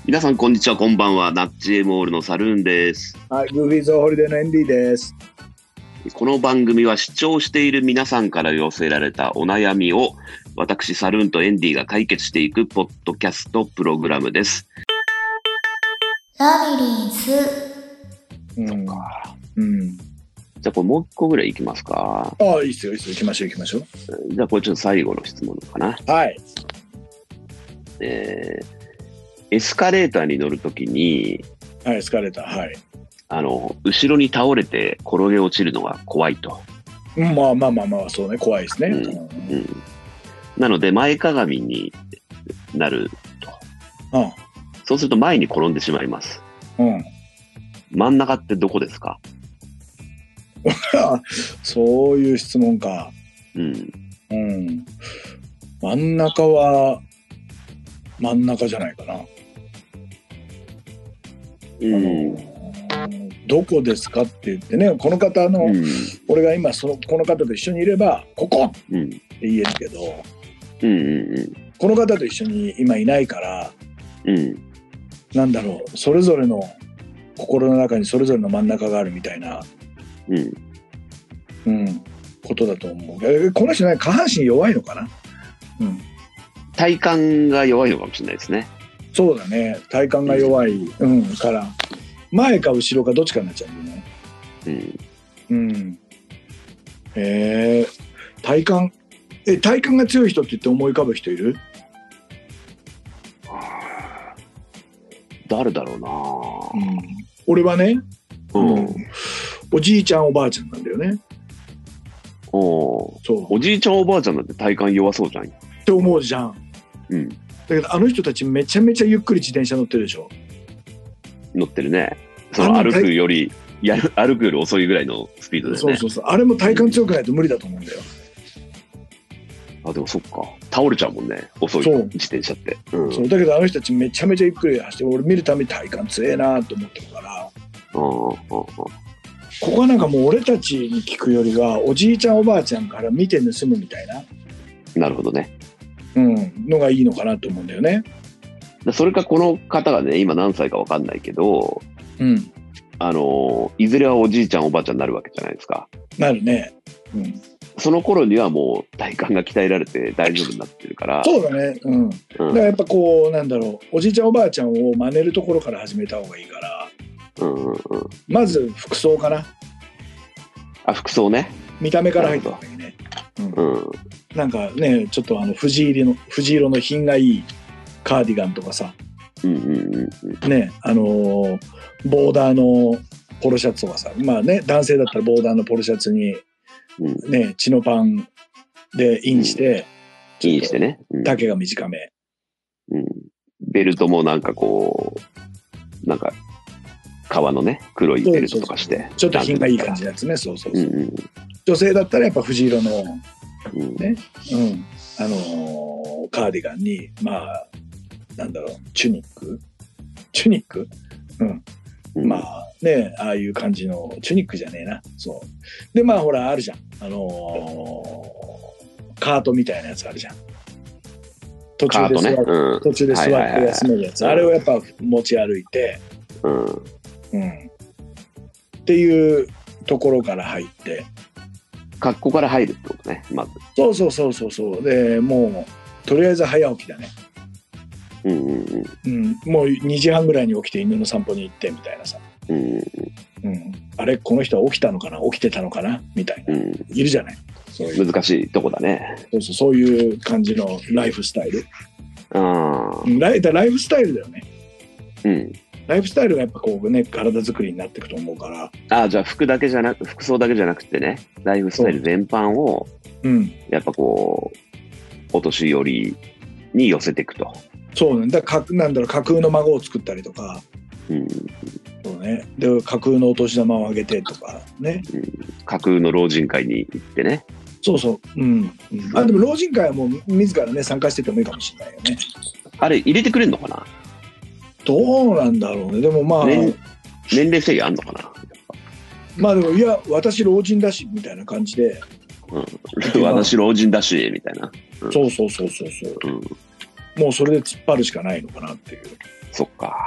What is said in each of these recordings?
皆さんこんにちは、こんばんは。ナッチエモールのサルーンです。 はい、グーフィーズホリデーのエンディです。 この番組は視聴している皆さんから寄せられたお悩みを私サルーンとエンディが解決していくポッドキャストプログラムです。 ラビリンス。 そっか。じゃあこれもう一個ぐらいいきますか。 ああ、いいっすよ、いいっすよ。行きましょう、行きましょう。 じゃあこれちょっと最後の質問かな。 はい。 エスカレーターに乗るときに、 はい、エスカレーター、はい。 後ろに倒れて転げ落ちるのが怖いと。 まあ、そうね、怖いですね。 なので前かがみになると。そうすると前に転んでしまいます。真ん中ってどこですか？ そういう質問か。真ん中は真ん中じゃないかな。どこですかって言ってね、この方俺が今この方と一緒にいればここって言えるけど、この方と一緒に今いないから、なんだろう、それぞれの心の中にそれぞれの真ん中があるみたいな、ことだと思う。この人ね、下半身弱いのかな。 体幹が弱いのかもしれないですね。 そうだね、体幹が弱い、から前か後ろかどっちかになっちゃうんだよね。体幹が強い人って言って思い浮かぶ人いる？ 誰だろうな。 俺はね、おじいちゃんおばあちゃんなんだよね。 おじいちゃんおばあちゃんなんて体幹弱そうじゃんって思うじゃん。だけどあの人たちめちゃめちゃゆっくり自転車乗ってるでしょ。 乗ってるね。歩くより遅いぐらいのスピードでね。 そう。あれも体幹強くないと無理だと思うんだよ。 でもそっか。倒れちゃうもんね。遅い自転車って。 そうだけどあの人たちめちゃめちゃゆっくり走って、俺見るたび体幹強えなと思ってるから。ここはなんかもう俺たちに聞くよりはおじいちゃんおばあちゃんから見て盗むみたいな。なるほどね。 のがいいのかなと思うんだよね。 それかこの方がね、今何歳か分かんないけど、いずれはおじいちゃんおばあちゃんになるわけじゃないですか。 なるね。 その頃にはもう体幹が鍛えられて大丈夫になってるから。 そうだね。だからやっぱこうなんだろう、おじいちゃんおばあちゃんを真似るところから始めた方がいいから。まず服装かな。 服装ね。 見た目から入った方がいいね。なんかね、ちょっと藤色の品がいいカーディガンとかさ、ね、ボーダーのポロシャツとかさ、まあね、男性だったらボーダーのポロシャツにね、チノパンでインしてね、 丈が短め、 ベルトもなんかこうなんか革のね黒いベルトとかしてちょっと品がいい感じのやつね。女性だったらやっぱ藤色のね、カーディガンにまあなんだろう、チュニック、まあね、ああいう感じのチュニックじゃねえな。そうで、まあほらあるじゃん、カートみたいなやつあるじゃん。途中で座って休めるやつ、あれをやっぱ持ち歩いて、っていうところから入って、 格好から入るってことね、まず。 そうで、もうとりあえず早起きだね。もう2時半ぐらいに起きて犬の散歩に行ってみたいなさ、あれこの人は起きてたのかなみたいな、いるじゃない。 難しいとこだね。 そういう感じのライフスタイル。ライフスタイルだよね。ライフスタイルがやっぱこうね、体作りになっていくと思うから。 じゃあ服装だけじゃなくてね、ライフスタイル全般をやっぱこうお年寄りに寄せていくと。 そうね。だからなんだろう、架空の孫を作ったりとか、そうね。で架空のお年玉をあげてとかね、 架空の老人会に行ってね。 でも老人会はもう自らね参加しててもいいかもしれないよね。 あれ入れてくれるのかな。 どうなんだろうね。でもまあ年齢制限あんのかな。 まあでもいや私老人だしみたいな感じで、 私老人だしみたいな。 そう、もうそれで突っ張るしかないのかなっていう。 そっか。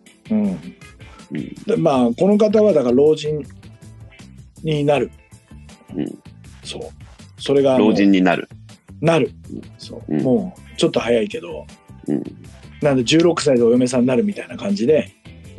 でまあこの方はだから老人になる。そう。それが老人になる。 そう。もうちょっと早いけど。なんで16歳でお嫁さんになるみたいな感じで。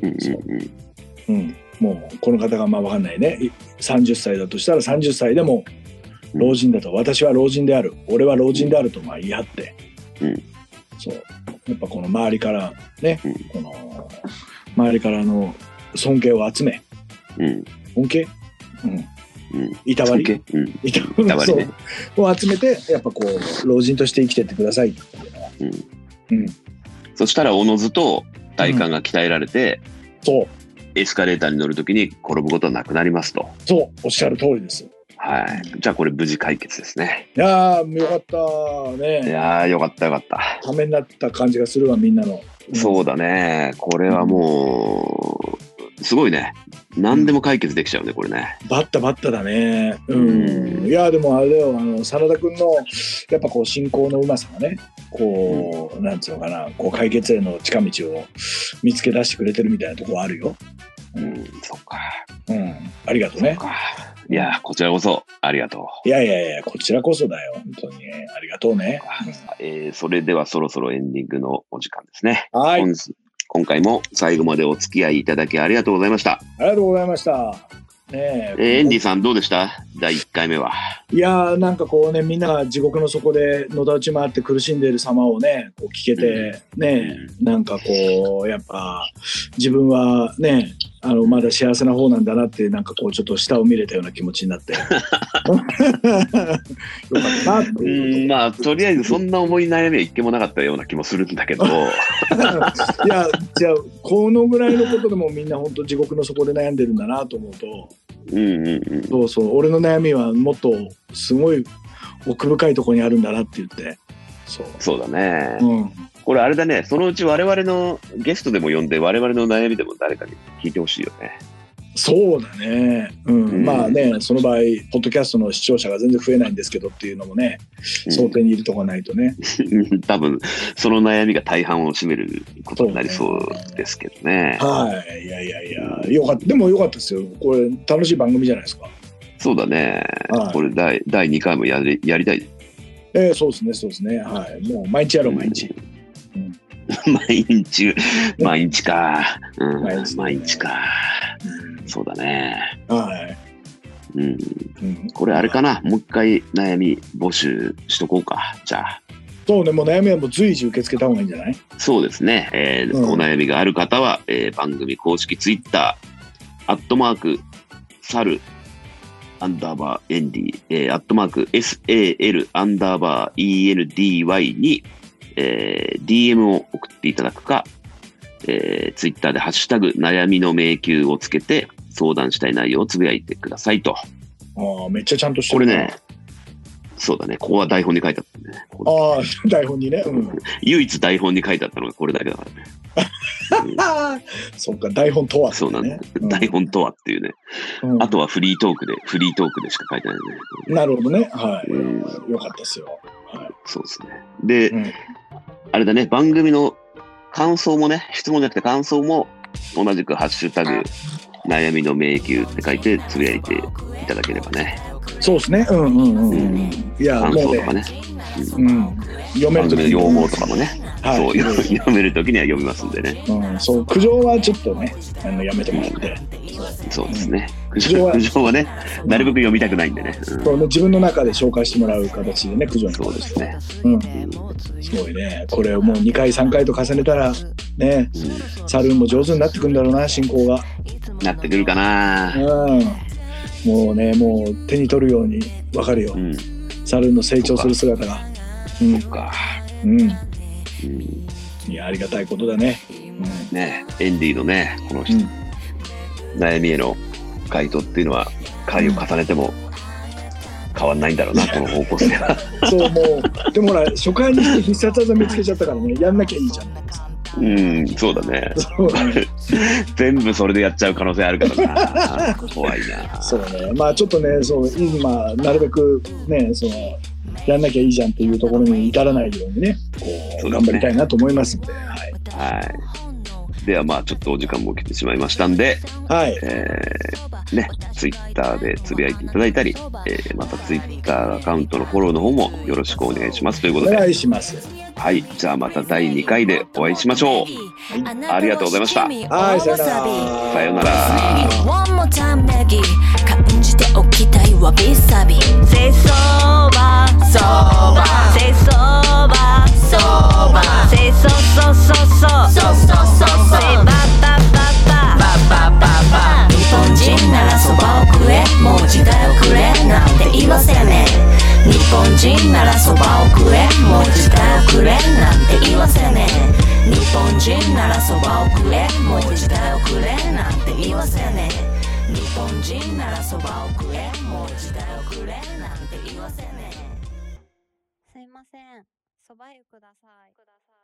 もうこの方がまあ分かんないね。30歳だとしたら30歳でも老人だと、私は老人である、俺は老人であるとまあ言い張って。そう。やっぱこの周りからね、この周りからの尊敬を集め、尊敬、いたわり、いたわりね、を集めて、やっぱこう老人として生きてってくださいっていうのは。 そしたらおのずと体幹が鍛えられて、 そうエスカレーターに乗るときに転ぶことはなくなりますと。 そう、おっしゃる通りです。 はい。じゃあこれ無事解決ですね。 いやーよかったね。 いやーよかったよかった。 ためになった感じがするわ、みんなの。 そうだね。これはもうすごいね。何でも解決できちゃうね、これね。 バッタだね。いやでもあれだよ、真田君のやっぱこう進行のうまさがね、こう、なんつうのかな、こう解決への近道を見つけ出してくれてるみたいなところあるよ。 そっか。 ありがとうね。 いや、こちらこそありがとう。 いや、こちらこそだよ。本当にありがとうね。 それではそろそろエンディングのお時間ですね。 はい。 今回も最後までお付き合いいただきありがとうございました。 ありがとうございました。 ねエンディさんどうでした？第1回目は。 いやなんかこうね、みんなが地獄の底でのたうち回って苦しんでいる様をね、こう聞けてね、なんかこうやっぱ自分はね、まだ幸せな方なんだなって、なんかこうちょっと下を見れたような気持ちになってよかったなっていう。 まあとりあえずそんな重い悩みは一件もなかったような気もするんだけどいやじゃあこのぐらいのことでもみんな本当地獄の底で悩んでるんだなと思うと、そう俺の悩みはもっとすごい奥深いところにあるんだなって言って、 そうだね、これあれだね、そのうち我々のゲストでも呼んで我々の悩みでも誰かに聞いてほしいよね。 そうだね、まあね、その場合ポッドキャストの視聴者が全然増えないんですけどっていうのもね、想定に入れとかないとね多分その悩みが大半を占めることになりそうですけどね。 はい、いやよかった。でもよかったですよ、これ楽しい番組じゃないですか。 そうだね、これ第2回もやりたい。 そうですね、はい、もう毎日やろう、毎日。 毎日か、毎日か、そうだね。これあれかな、もう一回悩み募集しとこうか。じゃあそうね、もう悩みはもう随時受け付けた方がいいんじゃない？そうですね、 お悩みがある方は、番組公式ツイッター@SAL_ENDY@SAL_ENDY に、DM を送っていただくか、ツイッターでハッシュタグ悩みの迷宮をつけて相談したい内容をつぶやいてくださいと。 めっちゃちゃんとしてる。 これね、そうだね、ここは台本に書いてあったね。 台本にね、 唯一台本に書いてあったのがこれだけだからね。 そっか、台本とは、 そうなんだ、台本とはっていうね、あとはフリートークでしか書いてないね。 なるほどね、はい、よかったですよ。 そうですね。で、あれだね、番組の感想もね、質問じゃなくて感想も同じくハッシュタグ悩みの迷宮って書いてつぶやいていただければね。 そうですね、いや、 感想とかね、 読めるときに要望とかもね、そう読めるときには読みますんでね。 そう苦情はちょっとね、やめてもらって。 そうですね。苦情はね、なるべく読みたくないんでね。 自分の中で紹介してもらう形でね、苦情に。 そうですね。 すごいね。これをもう2回3回と重ねたらね、サルーンも上手になってくるんだろうな、進行が。 なってくるかな。 もうね、もう手に取るように分かるよ。サルーンの成長する姿が。いや、ありがたいことだね。 ね、エンディのね、この悩みへの回答っていうのは回を重ねても変わんないんだろうな、この方向性は。 そう、もうでもほら、初回にして必殺技見つけちゃったからね、やんなきゃいいじゃないですか。 そうだね。全部それでやっちゃう可能性あるからな。怖いな。 そうね。まあちょっとね、今なるべくね、やんなきゃいいじゃんっていうところに至らないようにね、こう頑張りたいなと思いますので、 ではまあちょっとお時間も来てしまいましたんで、 はい。 ね、ツイッターでつぶやいていただいたり、またツイッターアカウントのフォローの方もよろしくお願いしますということで。 お願いします。 はい、じゃあまた第2回でお会いしましょう。はい、ありがとうございました。 はい、さよなら。 さよなら。 感じておきたいわびさび。Say soba, soba. Say soba, soba. Say so so so so. So so so so. Say ba ba ba ba. Ba ba ba ba. 日本人ならそばを食え、もう時代をくれなんて言わせねえ。日本人ならそばを食え、もう時代をくれなんて言わせねえ。日本人ならそばを食え、もう時代をくれなんて言わせねえ。日本人ならそばを食え、もう時代をくれなんて言わせねえ。すいません、そば湯ください。